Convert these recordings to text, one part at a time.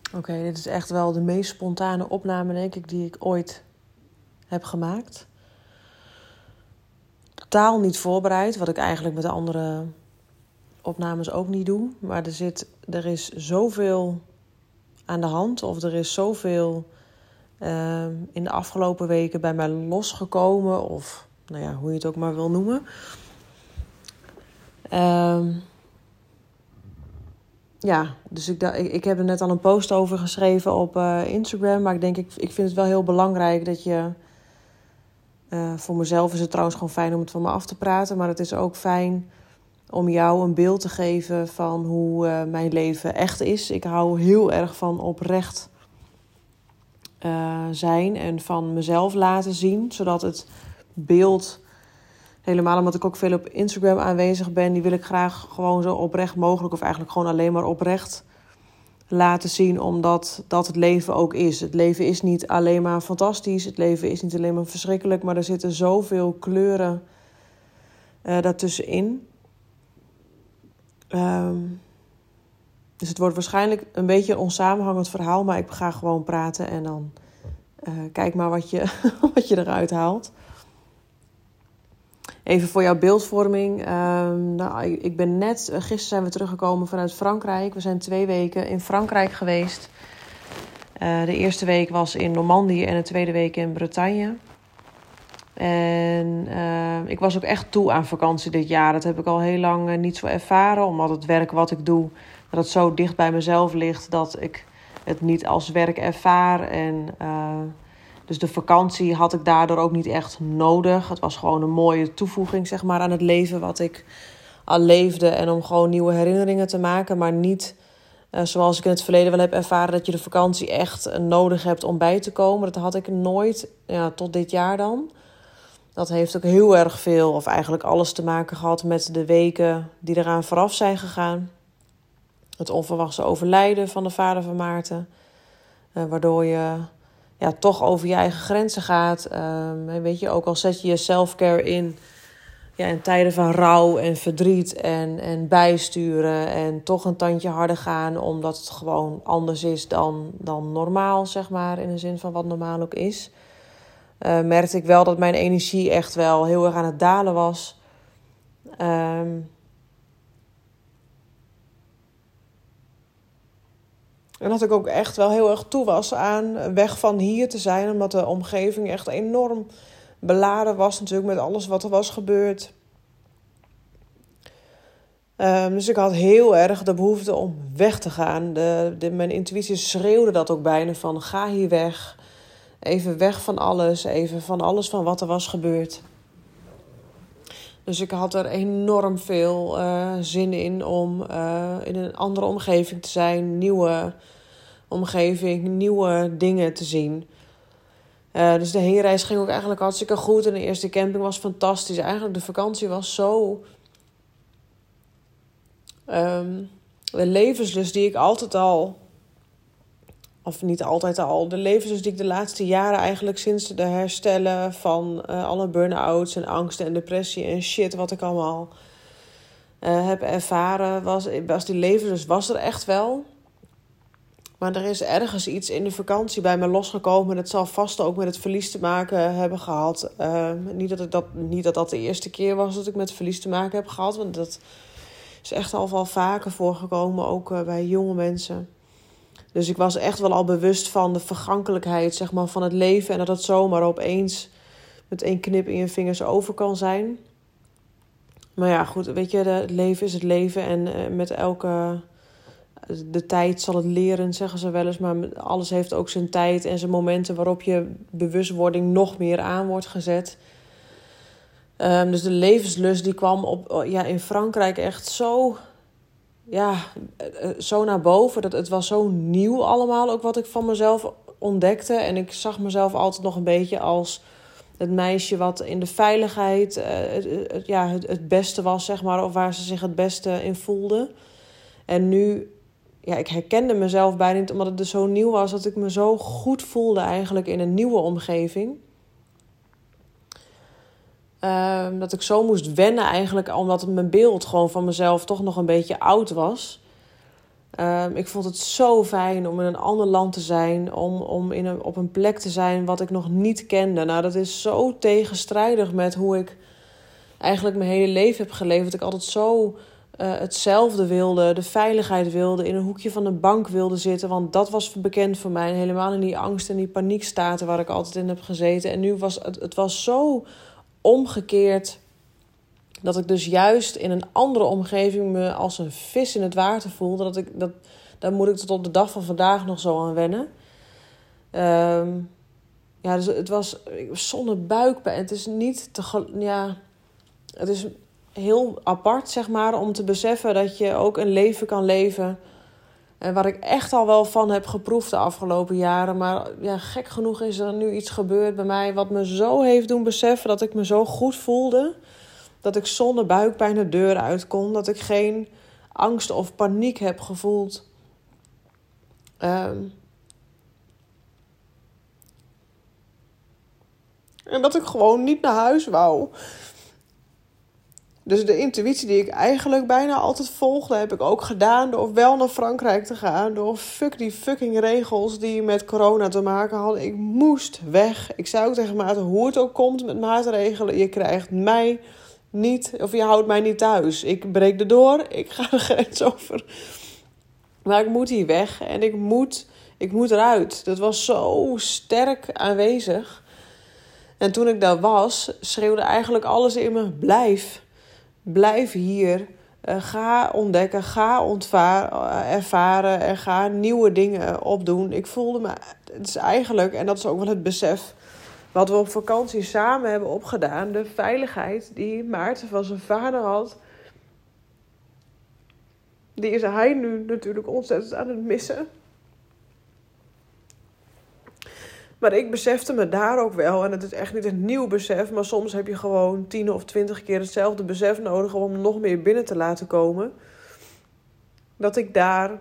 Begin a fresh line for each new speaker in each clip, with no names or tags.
Oké, dit is echt wel de meest spontane opname, denk ik, die ik ooit heb gemaakt. Totaal niet voorbereid, wat ik eigenlijk met de andere opnames ook niet doe. Maar er is zoveel aan de hand, of er is zoveel in de afgelopen weken bij mij losgekomen, of nou ja, hoe je het ook maar wil noemen. Dus ik heb er net al een post over geschreven op Instagram. Maar ik vind het wel heel belangrijk dat je... voor mezelf is het trouwens gewoon fijn om het van me af te praten. Maar het is ook fijn om jou een beeld te geven van hoe mijn leven echt is. Ik hou heel erg van oprecht zijn en van mezelf laten zien. Zodat het beeld, helemaal omdat ik ook veel op Instagram aanwezig ben, die wil ik graag gewoon zo oprecht mogelijk, of eigenlijk gewoon alleen maar oprecht laten zien, omdat dat het leven ook is. Het leven is niet alleen maar fantastisch, het leven is niet alleen maar verschrikkelijk, maar er zitten zoveel kleuren daartussenin. Dus het wordt waarschijnlijk een beetje een onsamenhangend verhaal, maar ik ga gewoon praten en dan kijk maar wat je eruit haalt. Even voor jouw beeldvorming. Ik ben gisteren zijn we teruggekomen vanuit Frankrijk. We zijn 2 weken in Frankrijk geweest. De eerste week was in Normandië en de tweede week in Bretagne. En ik was ook echt toe aan vakantie dit jaar. Dat heb ik al heel lang niet zo ervaren. Omdat het werk wat ik doe, dat het zo dicht bij mezelf ligt, dat ik het niet als werk ervaar. En dus de vakantie had ik daardoor ook niet echt nodig. Het was gewoon een mooie toevoeging, zeg maar, aan het leven wat ik al leefde. En om gewoon nieuwe herinneringen te maken. Maar niet zoals ik in het verleden wel heb ervaren, dat je de vakantie echt nodig hebt om bij te komen. Dat had ik nooit, tot dit jaar dan. Dat heeft ook heel erg veel, of eigenlijk alles, te maken gehad met de weken die eraan vooraf zijn gegaan. Het onverwachte overlijden van de vader van Maarten. Waardoor je toch over je eigen grenzen gaat. En weet je, ook al zet je je self-care in tijden van rouw en verdriet en bijsturen. En toch een tandje harder gaan, omdat het gewoon anders is dan normaal, zeg maar. In de zin van wat normaal ook is. Merkte ik wel dat mijn energie echt wel heel erg aan het dalen was. En dat ik ook echt wel heel erg toe was aan weg van hier te zijn. Omdat de omgeving echt enorm beladen was natuurlijk met alles wat er was gebeurd. Dus ik had heel erg de behoefte om weg te gaan. Mijn intuïtie schreeuwde dat ook bijna van ga hier weg. Even weg van alles. Even van alles van wat er was gebeurd. Dus ik had er enorm veel zin in om in een andere omgeving te zijn. Nieuwe omgeving, nieuwe dingen te zien. Dus de heenreis ging ook eigenlijk hartstikke goed. En de eerste camping was fantastisch. Eigenlijk de vakantie was zo... de levenslust die ik altijd al... Of niet altijd al. De levenslust die ik de laatste jaren eigenlijk sinds de herstellen van alle burn-outs en angsten en depressie en shit wat ik allemaal heb ervaren, was die levenslust was er echt wel. Maar er is ergens iets in de vakantie bij me losgekomen. Dat zal vast ook met het verlies te maken hebben gehad. Niet dat dat de eerste keer was dat ik met verlies te maken heb gehad. Want dat is echt al wel vaker voorgekomen, ook bij jonge mensen. Dus ik was echt wel al bewust van de vergankelijkheid, zeg maar, van het leven. En dat het zomaar opeens met 1 knip in je vingers over kan zijn. Maar ja, goed, weet je, het leven is het leven. En met de tijd zal het leren, zeggen ze wel eens. Maar alles heeft ook zijn tijd en zijn momenten waarop je bewustwording nog meer aan wordt gezet. Dus de levenslust die kwam in Frankrijk echt zo naar boven. Het was zo nieuw allemaal, ook wat ik van mezelf ontdekte. En ik zag mezelf altijd nog een beetje als het meisje wat in de veiligheid het beste was, zeg maar. Of waar ze zich het beste in voelde. En nu, ik herkende mezelf bijna niet, omdat het dus zo nieuw was, dat ik me zo goed voelde eigenlijk in een nieuwe omgeving. Dat ik zo moest wennen eigenlijk, omdat mijn beeld gewoon van mezelf toch nog een beetje oud was. Ik vond het zo fijn om in een ander land te zijn. Om op een plek te zijn wat ik nog niet kende. Nou, dat is zo tegenstrijdig met hoe ik eigenlijk mijn hele leven heb geleefd. Dat ik altijd zo hetzelfde wilde. De veiligheid wilde. In een hoekje van een bank wilde zitten. Want dat was bekend voor mij. En helemaal in die angst en die paniekstaten waar ik altijd in heb gezeten. En nu was het was zo omgekeerd. Dat ik dus juist in een andere omgeving me als een vis in het water voelde. Daar moet ik tot op de dag van vandaag nog zo aan wennen. Dus het was zonder buikpijn. Het is niet het is heel apart, zeg maar, om te beseffen dat je ook een leven kan leven. En waar ik echt al wel van heb geproefd de afgelopen jaren. Maar ja, gek genoeg is er nu iets gebeurd bij mij wat me zo heeft doen beseffen dat ik me zo goed voelde. Dat ik zonder buikpijn de deur uit kon. Dat ik geen angst of paniek heb gevoeld. En dat ik gewoon niet naar huis wou. Dus de intuïtie die ik eigenlijk bijna altijd volgde, heb ik ook gedaan door wel naar Frankrijk te gaan. Door die fucking regels die met corona te maken hadden. Ik moest weg. Ik zei ook tegen Maarten, hoe het ook komt met maatregelen. Je krijgt mij niet, of je houdt mij niet thuis. Ik breek erdoor, ik ga de grens over. Maar ik moet hier weg en ik moet eruit. Dat was zo sterk aanwezig. En toen ik daar was, schreeuwde eigenlijk alles in me, blijf hier. Ga ontdekken, ga ervaren en ga nieuwe dingen opdoen. Ik voelde me, het is eigenlijk, en dat is ook wel het besef wat we op vakantie samen hebben opgedaan. De veiligheid die Maarten van zijn vader had. Die is hij nu natuurlijk ontzettend aan het missen. Maar ik besefte me daar ook wel. En het is echt niet een nieuw besef. Maar soms heb je gewoon 10 of 20 keer hetzelfde besef nodig om nog meer binnen te laten komen. Dat ik daar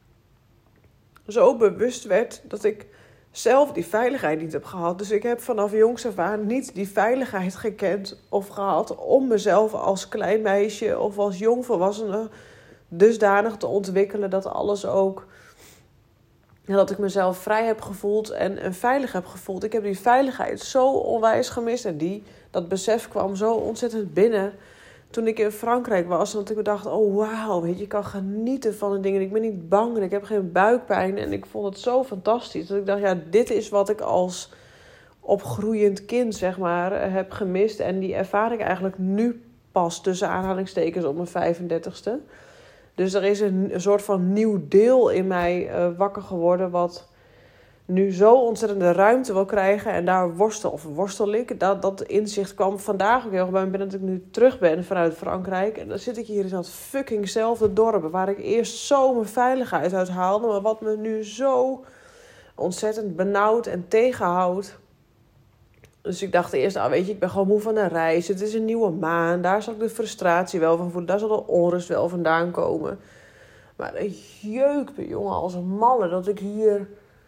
zo bewust werd dat ik zelf die veiligheid niet heb gehad. Dus ik heb vanaf jongs af aan niet die veiligheid gekend of gehad om mezelf als klein meisje of als jongvolwassene dusdanig te ontwikkelen dat alles ook, dat ik mezelf vrij heb gevoeld en veilig heb gevoeld. Ik heb die veiligheid zo onwijs gemist en dat besef kwam zo ontzettend binnen toen ik in Frankrijk was. Want ik bedacht, oh wauw, weet je, ik kan genieten van de dingen. Ik ben niet bang en ik heb geen buikpijn. En ik vond het zo fantastisch dat ik dacht, ja, dit is wat ik als opgroeiend kind, zeg maar, heb gemist. En die ervaar ik eigenlijk nu pas tussen aanhalingstekens op mijn 35ste. Dus er is een soort van nieuw deel in mij wakker geworden wat nu zo ontzettende ruimte wil krijgen. En daar worstel ik. Dat inzicht kwam vandaag ook heel erg bij me binnen dat ik nu terug ben vanuit Frankrijk. En dan zit ik hier in dat fuckingzelfde dorp waar ik eerst zo mijn veiligheid uit haalde. Maar wat me nu zo ontzettend benauwd en tegenhoudt. Dus ik dacht eerst, weet je, ik ben gewoon moe van een reis. Het is een nieuwe maan. Daar zal ik de frustratie wel van voelen. Daar zal de onrust wel vandaan komen. Maar het jeukt me, jongen, als een malle. Dat ik hier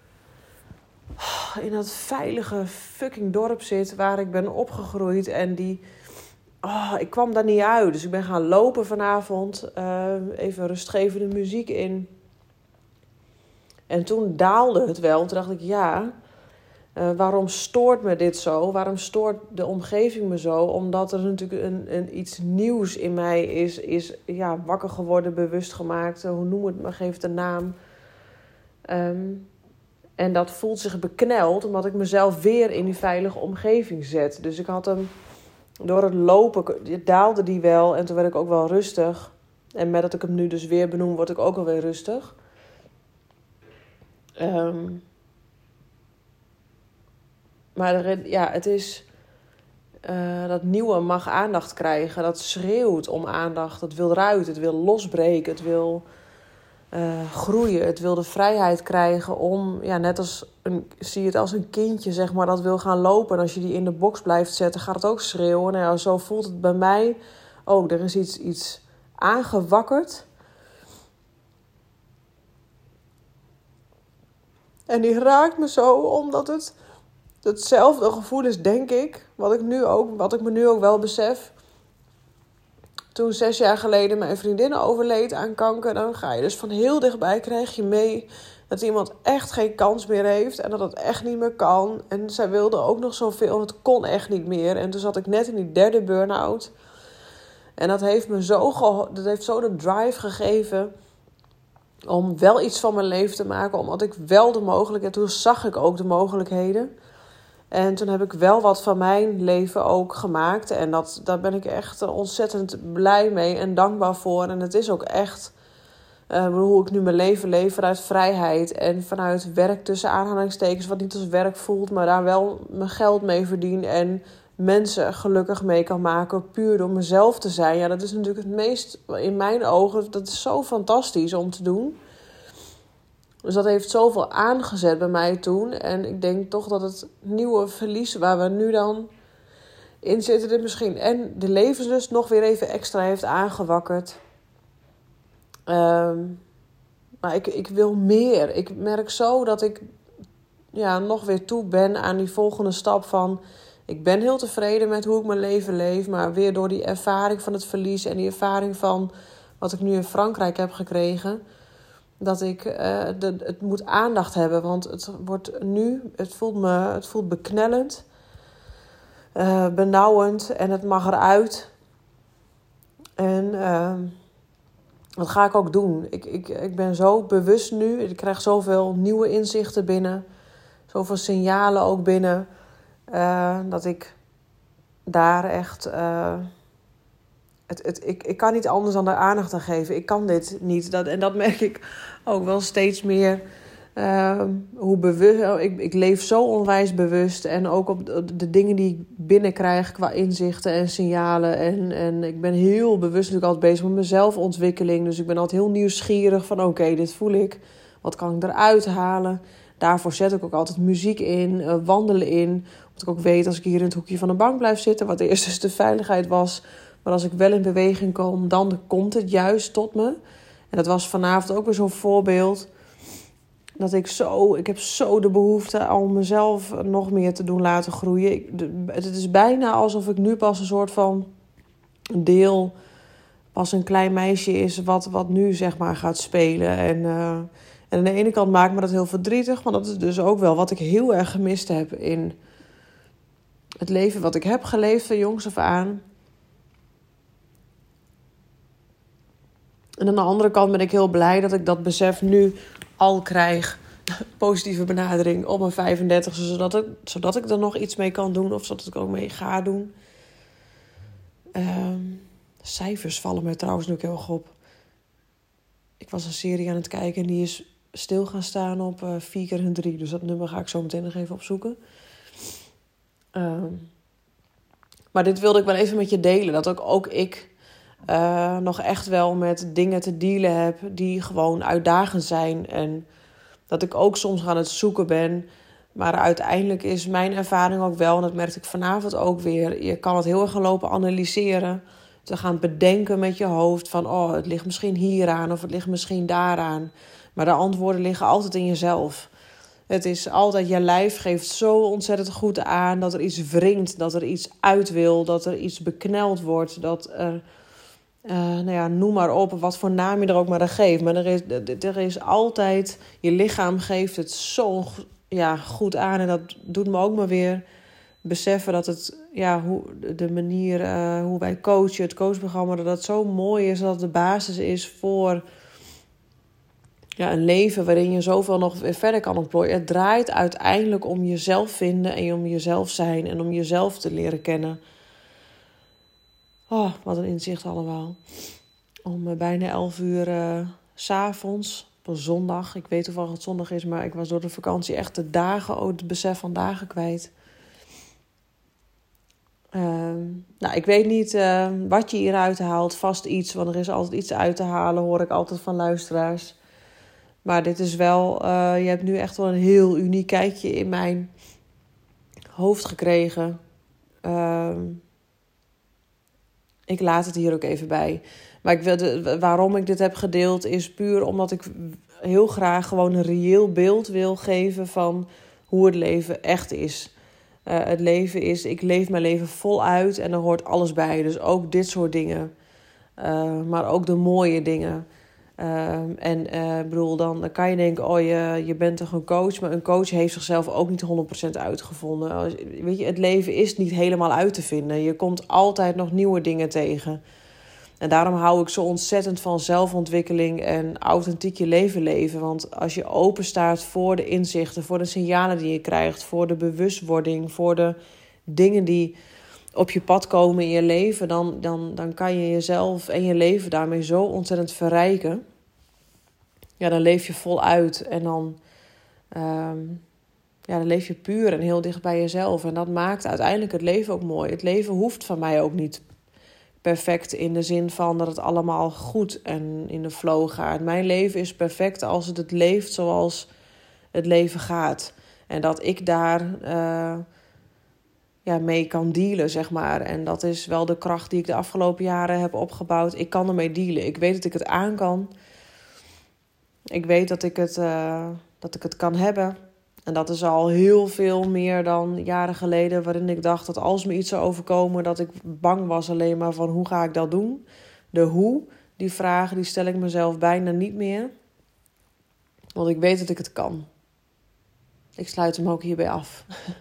in dat veilige fucking dorp zit waar ik ben opgegroeid. En ik kwam daar niet uit. Dus ik ben gaan lopen vanavond. Even rustgevende muziek in. En toen daalde het wel. Toen dacht ik, ja, waarom stoort me dit zo? Waarom stoort de omgeving me zo? Omdat er natuurlijk iets nieuws in mij is wakker geworden, bewust gemaakt. Hoe noem het maar, geef het een naam. En dat voelt zich bekneld, omdat ik mezelf weer in die veilige omgeving zet. Dus ik had hem, door het lopen, daalde die wel. En toen werd ik ook wel rustig. En met dat ik hem nu dus weer benoem, word ik ook alweer rustig. Maar het is dat nieuwe mag aandacht krijgen. Dat schreeuwt om aandacht. Het wil eruit, het wil losbreken, het wil groeien. Het wil de vrijheid krijgen om, net als zie je het als een kindje, zeg maar, dat wil gaan lopen. En als je die in de box blijft zetten, gaat het ook schreeuwen. Nou ja, zo voelt het bij mij ook. Er is iets aangewakkerd. En die raakt me zo, omdat het hetzelfde gevoel is, denk ik, wat ik me nu ook wel besef. toen 6 jaar geleden mijn vriendin overleed aan kanker, dan ga je dus van heel dichtbij, krijg je mee dat iemand echt geen kans meer heeft en dat het echt niet meer kan. En zij wilde ook nog zoveel, het kon echt niet meer. En toen zat ik net in die 3e burn-out. En dat heeft me dat heeft zo de drive gegeven om wel iets van mijn leven te maken, omdat ik wel de mogelijkheden, toen zag ik ook de mogelijkheden. En toen heb ik wel wat van mijn leven ook gemaakt. En daar ben ik echt ontzettend blij mee en dankbaar voor. En het is ook echt hoe ik nu mijn leven leef vanuit vrijheid. En vanuit werk tussen aanhalingstekens, wat niet als werk voelt, maar daar wel mijn geld mee verdien. En mensen gelukkig mee kan maken, puur door mezelf te zijn. Ja, dat is natuurlijk het meest, in mijn ogen, dat is zo fantastisch om te doen. Dus dat heeft zoveel aangezet bij mij toen. En ik denk toch dat het nieuwe verlies waar we nu dan in zitten, dit misschien en de levenslust nog weer even extra heeft aangewakkerd. Maar ik wil meer. Ik merk zo dat ik nog weer toe ben aan die volgende stap van, ik ben heel tevreden met hoe ik mijn leven leef, maar weer door die ervaring van het verlies en die ervaring van wat ik nu in Frankrijk heb gekregen, dat ik het moet aandacht hebben. Want het voelt beknellend, benauwend en het mag eruit. En dat ga ik ook doen. Ik ben zo bewust nu. Ik krijg zoveel nieuwe inzichten binnen. Zoveel signalen ook binnen. Dat ik daar echt ik kan niet anders dan er aandacht aan geven. Ik kan dit niet. En dat merk ik ook wel steeds meer. Hoe bewust. Ik leef zo onwijs bewust. En ook op de dingen die ik binnenkrijg qua inzichten en signalen. En ik ben heel bewust natuurlijk altijd bezig met mijn zelfontwikkeling. Dus ik ben altijd heel nieuwsgierig van oké, dit voel ik. Wat kan ik eruit halen? Daarvoor zet ik ook altijd muziek in, wandelen in. Omdat ik ook weet als ik hier in het hoekje van de bank blijf zitten, wat eerst dus de veiligheid was. Maar als ik wel in beweging kom, dan komt het juist tot me. En dat was vanavond ook weer zo'n voorbeeld. Dat ik heb zo de behoefte om mezelf nog meer te doen laten groeien. Het is bijna alsof ik nu pas een soort van deel, pas een klein meisje is wat nu zeg maar gaat spelen. En aan de ene kant maakt me dat heel verdrietig, maar dat is dus ook wel wat ik heel erg gemist heb in het leven wat ik heb geleefd van jongs af aan. En aan de andere kant ben ik heel blij dat ik dat besef nu al krijg. Positieve benadering op mijn 35, zodat ik er nog iets mee kan doen of zodat ik ook mee ga doen. Cijfers vallen mij trouwens nu ook heel erg op. Ik was een serie aan het kijken en die is stil gaan staan op 4 keer 3. Dus dat nummer ga ik zo meteen nog even opzoeken. Maar dit wilde ik wel even met je delen. Dat ook ik nog echt wel met dingen te dealen heb die gewoon uitdagend zijn. En dat ik ook soms aan het zoeken ben. Maar uiteindelijk is mijn ervaring ook wel, en dat merkte ik vanavond ook weer, je kan het heel erg gaan lopen analyseren. Te gaan bedenken met je hoofd van, het ligt misschien hieraan of het ligt misschien daaraan. Maar de antwoorden liggen altijd in jezelf. Het is altijd, je lijf geeft zo ontzettend goed aan dat er iets wringt, dat er iets uit wil, dat er iets bekneld wordt, dat er, noem maar op, wat voor naam je er ook maar aan geeft. Maar er is altijd, je lichaam geeft het zo goed aan. En dat doet me ook maar weer beseffen dat het, de manier hoe wij coachen, het coachprogramma, dat zo mooi is, dat het de basis is voor een leven waarin je zoveel nog weer verder kan ontplooien. Het draait uiteindelijk om jezelf vinden en om jezelf zijn en om jezelf te leren kennen. Oh, wat een inzicht allemaal. Om bijna 11 uur 's avonds, op een zondag. Ik weet toevallig dat het zondag is, maar ik was door de vakantie echt de dagen, ook het besef van dagen kwijt. Ik weet niet wat je hieruit haalt. Vast iets, want er is altijd iets uit te halen, hoor ik altijd van luisteraars. Maar dit is wel, je hebt nu echt wel een heel uniek kijkje in mijn hoofd gekregen. Ik laat het hier ook even bij. Maar waarom ik dit heb gedeeld is puur omdat ik heel graag gewoon een reëel beeld wil geven van hoe het leven echt is. Het leven is, ik leef mijn leven voluit en er hoort alles bij. Dus ook dit soort dingen. Maar ook de mooie dingen. Ik bedoel, dan kan je denken, oh, je bent toch een coach. Maar een coach heeft zichzelf ook niet 100% uitgevonden. Weet je, het leven is niet helemaal uit te vinden. Je komt altijd nog nieuwe dingen tegen. En daarom hou ik zo ontzettend van zelfontwikkeling en authentiek je leven leven. Want als je open staat voor de inzichten, voor de signalen die je krijgt, voor de bewustwording, voor de dingen die op je pad komen in je leven, dan kan je jezelf en je leven daarmee zo ontzettend verrijken. Ja, dan leef je voluit en dan leef je puur en heel dicht bij jezelf. En dat maakt uiteindelijk het leven ook mooi. Het leven hoeft van mij ook niet perfect in de zin van dat het allemaal goed en in de flow gaat. Mijn leven is perfect als het leeft zoals het leven gaat. En dat ik daar mee kan dealen, zeg maar. En dat is wel de kracht die ik de afgelopen jaren heb opgebouwd. Ik kan ermee dealen. Ik weet dat ik het aan kan. Ik weet dat ik het kan hebben. En dat is al heel veel meer dan jaren geleden, waarin ik dacht dat als me iets zou overkomen, dat ik bang was alleen maar van hoe ga ik dat doen. De hoe, die vragen, die stel ik mezelf bijna niet meer. Want ik weet dat ik het kan. Ik sluit hem ook hierbij af.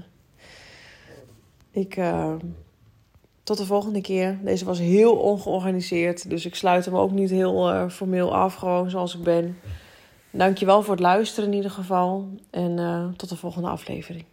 Tot de volgende keer. Deze was heel ongeorganiseerd, dus ik sluit hem ook niet heel formeel af, gewoon zoals ik ben. Dankjewel voor het luisteren in ieder geval. En tot de volgende aflevering.